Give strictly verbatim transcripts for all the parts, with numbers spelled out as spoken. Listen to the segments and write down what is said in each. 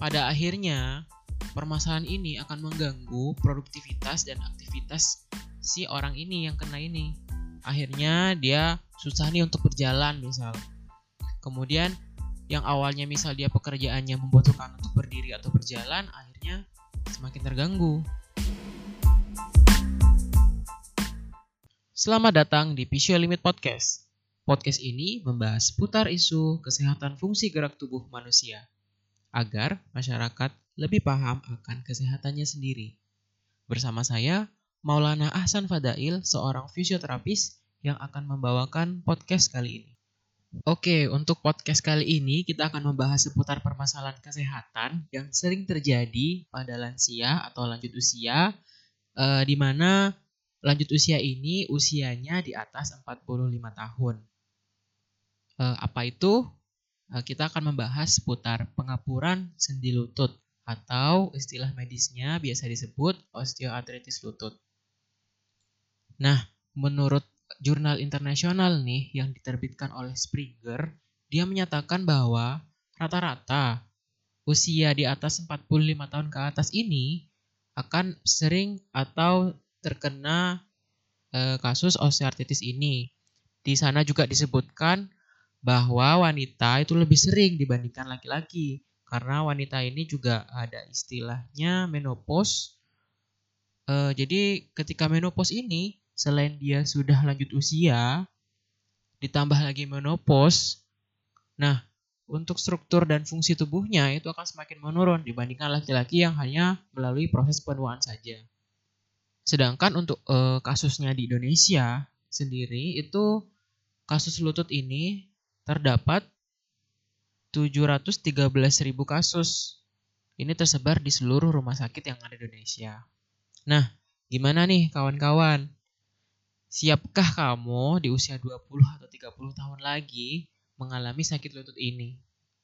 Pada akhirnya, permasalahan ini akan mengganggu produktivitas dan aktivitas si orang ini yang kena ini. Akhirnya dia susah nih untuk berjalan misal. Kemudian yang awalnya misal dia pekerjaannya membutuhkan untuk berdiri atau berjalan, akhirnya semakin terganggu. Selamat datang di Physio Limit Podcast. Podcast ini membahas seputar isu kesehatan fungsi gerak tubuh manusia, agar masyarakat lebih paham akan kesehatannya sendiri. Bersama saya, Maulana Ahsan Fadail, seorang fisioterapis yang akan membawakan podcast kali ini. Oke, untuk podcast kali ini kita akan membahas seputar permasalahan kesehatan yang sering terjadi pada lansia atau lanjut usia, eh, di mana lanjut usia ini usianya di atas empat puluh lima tahun. Eh, apa itu? Eh, kita akan membahas seputar pengapuran sendi lutut atau istilah medisnya biasa disebut osteoartritis lutut. Nah, menurut jurnal internasional nih yang diterbitkan oleh Springer, dia menyatakan bahwa rata-rata usia di atas empat puluh lima tahun ke atas ini akan sering atau terkena eh, kasus osteoartritis ini. Di sana juga disebutkan bahwa wanita itu lebih sering dibandingkan laki-laki karena wanita ini juga ada istilahnya menopause. Eh, jadi ketika menopause ini selain dia sudah lanjut usia, ditambah lagi menopause, nah untuk struktur dan fungsi tubuhnya itu akan semakin menurun dibandingkan laki-laki yang hanya melalui proses penuaan saja. Sedangkan untuk eh, kasusnya di Indonesia sendiri itu kasus lutut ini terdapat tujuh ratus tiga belas ribu kasus. Ini tersebar di seluruh rumah sakit yang ada di Indonesia. Nah, gimana nih kawan-kawan? Siapkah kamu di usia dua puluh atau tiga puluh tahun lagi mengalami sakit lutut ini?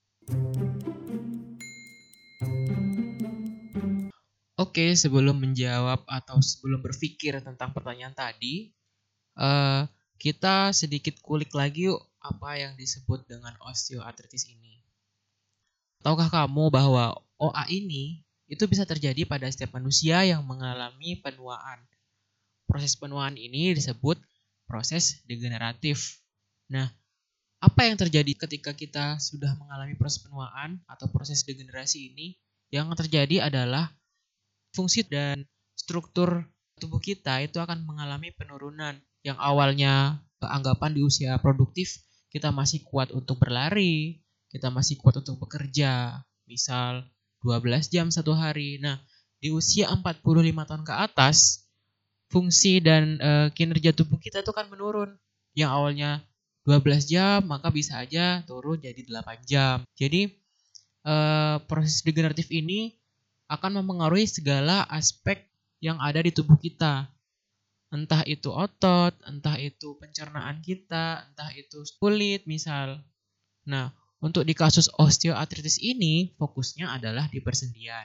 Oke, sebelum menjawab atau sebelum berpikir tentang pertanyaan tadi, eh, kita sedikit kulik lagi yuk apa yang disebut dengan osteoartritis ini. Tahukah kamu bahwa O A ini itu bisa terjadi pada setiap manusia yang mengalami penuaan. Proses penuaan ini disebut proses degeneratif. Nah, apa yang terjadi ketika kita sudah mengalami proses penuaan atau proses degenerasi ini? Yang terjadi adalah fungsi dan struktur tubuh kita itu akan mengalami penurunan. Yang awalnya keanggapan di usia produktif kita masih kuat untuk berlari, kita masih kuat untuk bekerja, misal dua belas jam satu hari. Nah, di usia empat puluh lima tahun ke atas, fungsi dan e, kinerja tubuh kita itu kan menurun. Yang awalnya dua belas jam, maka bisa aja turun jadi delapan jam. Jadi e, proses degeneratif ini akan mempengaruhi segala aspek yang ada di tubuh kita. Entah itu otot, entah itu pencernaan kita, entah itu kulit misal. Nah, untuk di kasus osteoartritis ini fokusnya adalah di persendian.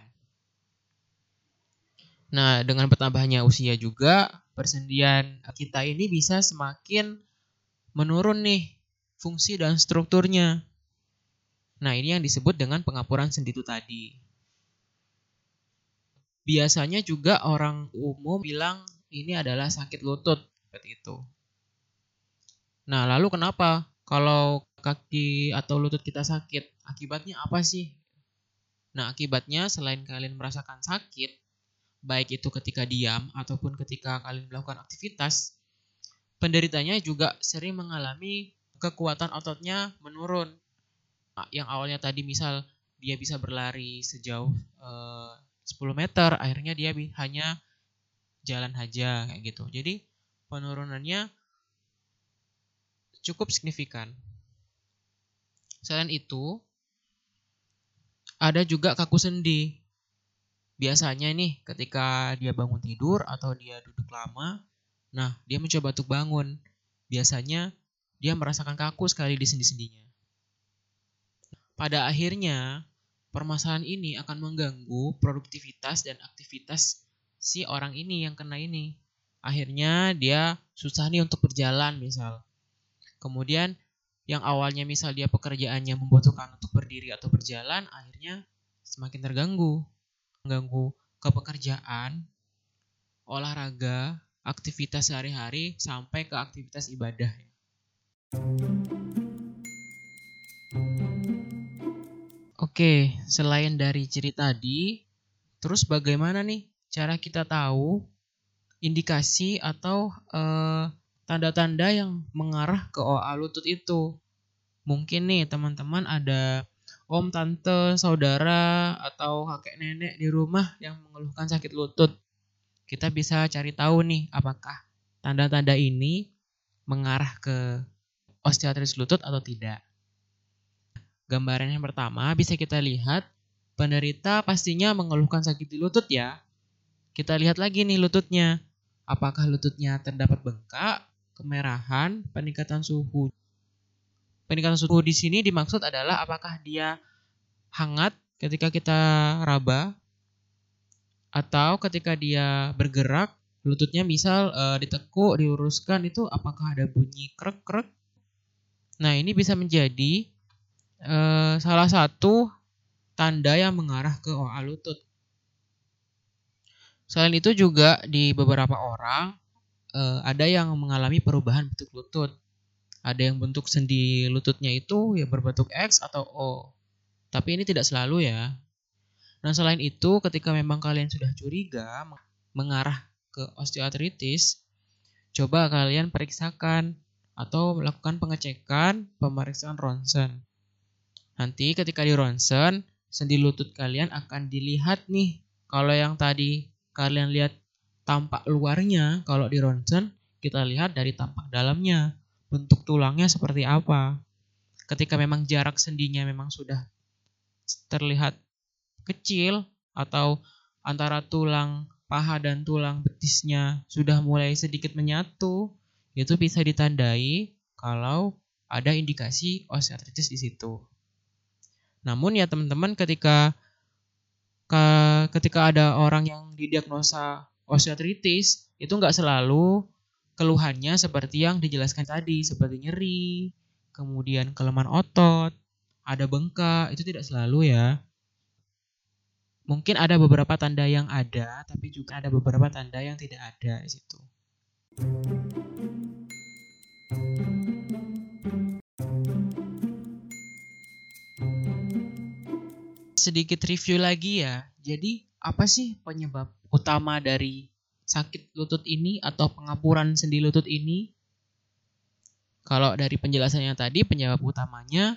Nah, dengan bertambahnya usia juga, persendian kita ini bisa semakin menurun nih fungsi dan strukturnya. Nah, ini yang disebut dengan pengapuran sendi itu tadi. Biasanya juga orang umum bilang ini adalah sakit lutut, seperti itu. Nah, lalu kenapa kalau kaki atau lutut kita sakit? Akibatnya apa sih? Nah, akibatnya selain kalian merasakan sakit, baik itu ketika diam ataupun ketika kalian melakukan aktivitas, penderitanya juga sering mengalami kekuatan ototnya menurun. Yang awalnya tadi misal dia bisa berlari sejauh eh, sepuluh meter, akhirnya dia hanya jalan aja kayak gitu. Jadi penurunannya cukup signifikan. Selain itu, ada juga kaku sendi. Biasanya nih ketika dia bangun tidur atau dia duduk lama, nah dia mencoba untuk bangun. Biasanya dia merasakan kaku sekali di sendi-sendinya. Pada akhirnya, permasalahan ini akan mengganggu produktivitas dan aktivitas si orang ini yang kena ini. Akhirnya dia susah nih untuk berjalan misal. Kemudian yang awalnya misal dia pekerjaannya membutuhkan untuk berdiri atau berjalan, akhirnya semakin terganggu. Mengganggu ke pekerjaan, olahraga, aktivitas sehari-hari, sampai ke aktivitas ibadah. Oke, selain dari ciri tadi, terus bagaimana nih cara kita tahu indikasi atau eh, tanda-tanda yang mengarah ke O A lutut itu? Mungkin nih teman-teman ada om, tante, saudara, atau kakek nenek di rumah yang mengeluhkan sakit lutut. Kita bisa cari tahu nih apakah tanda-tanda ini mengarah ke osteoartritis lutut atau tidak. Gambaran yang pertama bisa kita lihat penderita pastinya mengeluhkan sakit di lutut ya. Kita lihat lagi nih lututnya. Apakah lututnya terdapat bengkak, kemerahan, peningkatan suhu. Peningkatan suhu di sini dimaksud adalah apakah dia hangat ketika kita raba atau ketika dia bergerak lututnya misal e, ditekuk, diuruskan itu apakah ada bunyi krek-krek. Nah, ini bisa menjadi e, salah satu tanda yang mengarah ke O A lutut. Selain itu juga di beberapa orang e, ada yang mengalami perubahan bentuk lutut. Ada yang bentuk sendi lututnya itu ya berbentuk X atau O. Tapi ini tidak selalu ya. Nah, selain itu ketika memang kalian sudah curiga mengarah ke osteoartritis, coba kalian periksakan atau melakukan pengecekan pemeriksaan ronsen. Nanti ketika di ronsen, sendi lutut kalian akan dilihat nih. Kalau yang tadi kalian lihat tampak luarnya, kalau di ronsen kita lihat dari tampak dalamnya. Bentuk tulangnya seperti apa. Ketika memang jarak sendinya memang sudah terlihat kecil atau antara tulang paha dan tulang betisnya sudah mulai sedikit menyatu, itu bisa ditandai kalau ada indikasi osteoartritis di situ. Namun ya teman-teman ketika ketika ada orang yang didiagnosa osteoartritis, itu nggak selalu keluhannya seperti yang dijelaskan tadi, seperti nyeri, kemudian kelemahan otot, ada bengkak, itu tidak selalu ya. Mungkin ada beberapa tanda yang ada, tapi juga ada beberapa tanda yang tidak ada di situ. Sedikit review lagi ya. Jadi, apa sih penyebab utama dari sakit lutut ini atau pengapuran sendi lutut ini? Kalau dari penjelasannya tadi, penyebab utamanya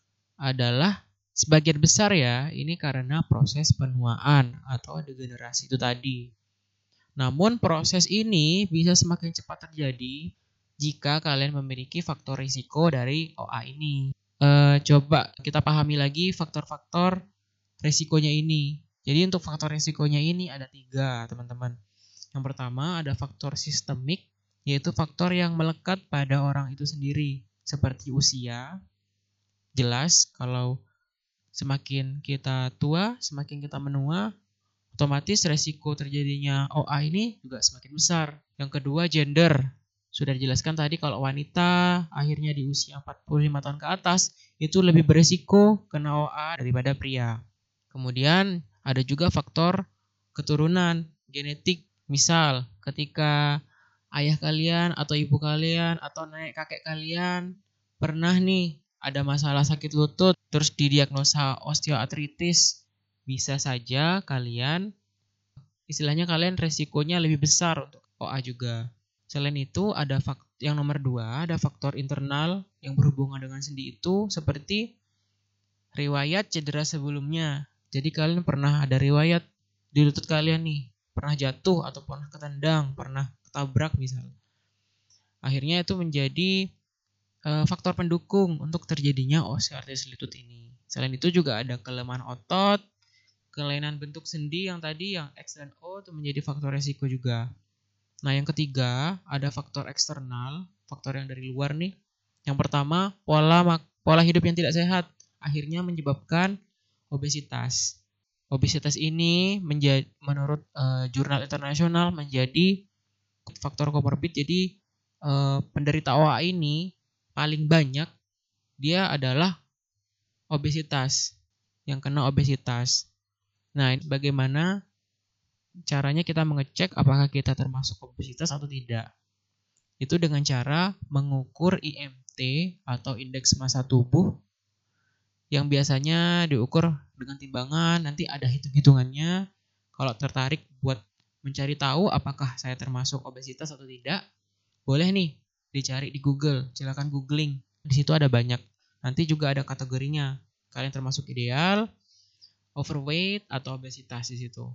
adalah sebagian besar ya, ini karena proses penuaan atau degenerasi itu tadi. Namun proses ini bisa semakin cepat terjadi jika kalian memiliki faktor risiko dari O A ini. E, coba kita pahami lagi faktor-faktor risikonya ini. Jadi untuk faktor risikonya ini ada tiga teman-teman. Yang pertama ada faktor sistemik, yaitu faktor yang melekat pada orang itu sendiri. Seperti usia. Jelas kalau semakin kita tua, semakin kita menua, otomatis resiko terjadinya O A ini juga semakin besar. Yang kedua gender. Sudah dijelaskan tadi kalau wanita akhirnya di usia empat puluh lima tahun ke atas itu lebih beresiko kena O A daripada pria. Kemudian ada juga faktor keturunan, genetik. Misal ketika ayah kalian atau ibu kalian atau nenek kakek kalian pernah nih ada masalah sakit lutut terus didiagnosa osteoartritis, bisa saja kalian istilahnya kalian resikonya lebih besar untuk O A juga. Selain itu ada faktor yang nomor dua, ada faktor internal yang berhubungan dengan sendi itu seperti riwayat cedera sebelumnya. Jadi kalian pernah ada riwayat di lutut kalian nih, pernah jatuh atau pernah ketendang, pernah ketabrak misalnya. Akhirnya itu menjadi e, faktor pendukung untuk terjadinya osteoartritis lutut ini. Selain itu juga ada kelemahan otot, kelainan bentuk sendi yang tadi yang X dan O itu menjadi faktor resiko juga. Nah, yang ketiga ada faktor eksternal, faktor yang dari luar nih. Yang pertama, pola pola hidup yang tidak sehat akhirnya menyebabkan obesitas. Obesitas ini menjadi, menurut uh, jurnal internasional menjadi faktor komorbid. Jadi uh, penderita O A ini paling banyak dia adalah obesitas, yang kena obesitas. Nah, bagaimana caranya kita mengecek apakah kita termasuk obesitas atau tidak? Itu dengan cara mengukur I M T atau indeks massa tubuh yang biasanya diukur dengan timbangan. Nanti ada hitung-hitungannya. Kalau tertarik buat mencari tahu apakah saya termasuk obesitas atau tidak, boleh nih dicari di Google. Silakan googling. Di situ ada banyak. Nanti juga ada kategorinya. Kalian termasuk ideal, overweight, atau obesitas di situ.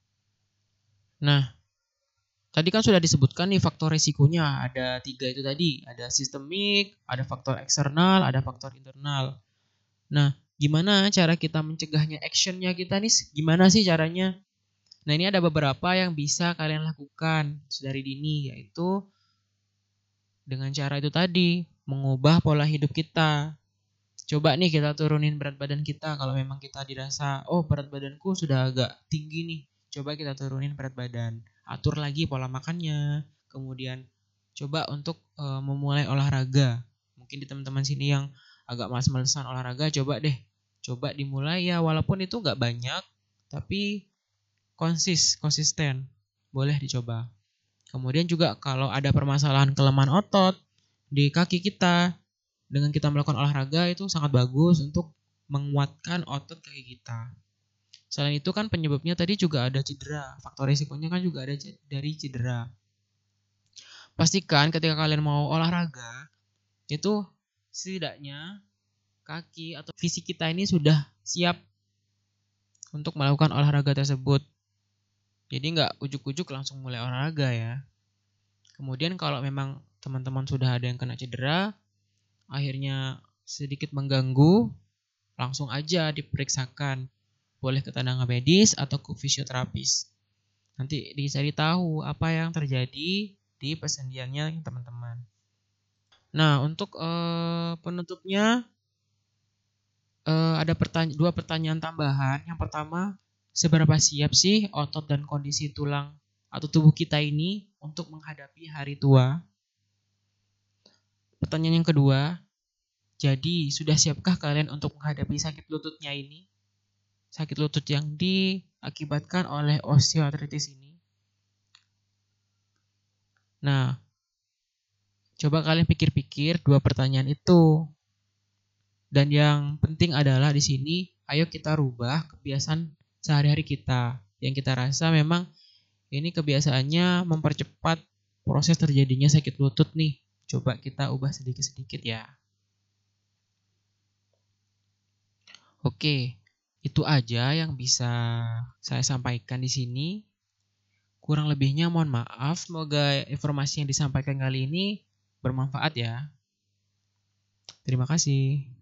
Nah, tadi kan sudah disebutkan nih faktor resikonya. Ada tiga itu tadi. Ada sistemik, ada faktor eksternal, ada faktor internal. Nah, gimana cara kita mencegahnya? Actionnya kita nih gimana sih caranya? Nah, ini ada beberapa yang bisa kalian lakukan dari dini, yaitu dengan cara itu tadi, mengubah pola hidup kita. Coba nih kita turunin berat badan kita. Kalau memang kita dirasa, oh berat badanku sudah agak tinggi nih, coba kita turunin berat badan. Atur lagi pola makannya. Kemudian coba untuk e, memulai olahraga. Mungkin di teman-teman sini yang agak malas-malesan olahraga, coba deh. Coba dimulai ya, walaupun itu gak banyak, tapi konsis, konsisten. Boleh dicoba. Kemudian juga kalau ada permasalahan kelemahan otot di kaki kita, dengan kita melakukan olahraga itu sangat bagus untuk menguatkan otot kaki kita. Selain itu kan penyebabnya tadi juga ada cedera. Faktor risikonya kan juga ada dari cedera. Pastikan ketika kalian mau olahraga, itu setidaknya kaki atau fisik kita ini sudah siap untuk melakukan olahraga tersebut. Jadi nggak ujuk-ujuk langsung mulai olahraga ya. Kemudian kalau memang teman-teman sudah ada yang kena cedera, akhirnya sedikit mengganggu, langsung aja diperiksakan. Boleh ke tenaga medis atau ke fisioterapis. Nanti dicari tahu apa yang terjadi di persendiannya teman-teman. Nah, untuk uh, penutupnya uh, ada pertanya- dua pertanyaan tambahan. Yang pertama, seberapa siap sih otot dan kondisi tulang atau tubuh kita ini untuk menghadapi hari tua? Pertanyaan yang kedua, jadi sudah siapkah kalian untuk menghadapi sakit lututnya ini? Sakit lutut yang diakibatkan oleh osteoartritis ini. Nah, coba kalian pikir-pikir dua pertanyaan itu. Dan yang penting adalah di sini, ayo kita rubah kebiasaan sehari-hari kita. Yang kita rasa memang ini kebiasaannya mempercepat proses terjadinya sakit lutut nih. Coba kita ubah sedikit-sedikit ya. Oke, itu aja yang bisa saya sampaikan di sini. Kurang lebihnya mohon maaf. Semoga informasi yang disampaikan kali ini bermanfaat ya. Terima kasih.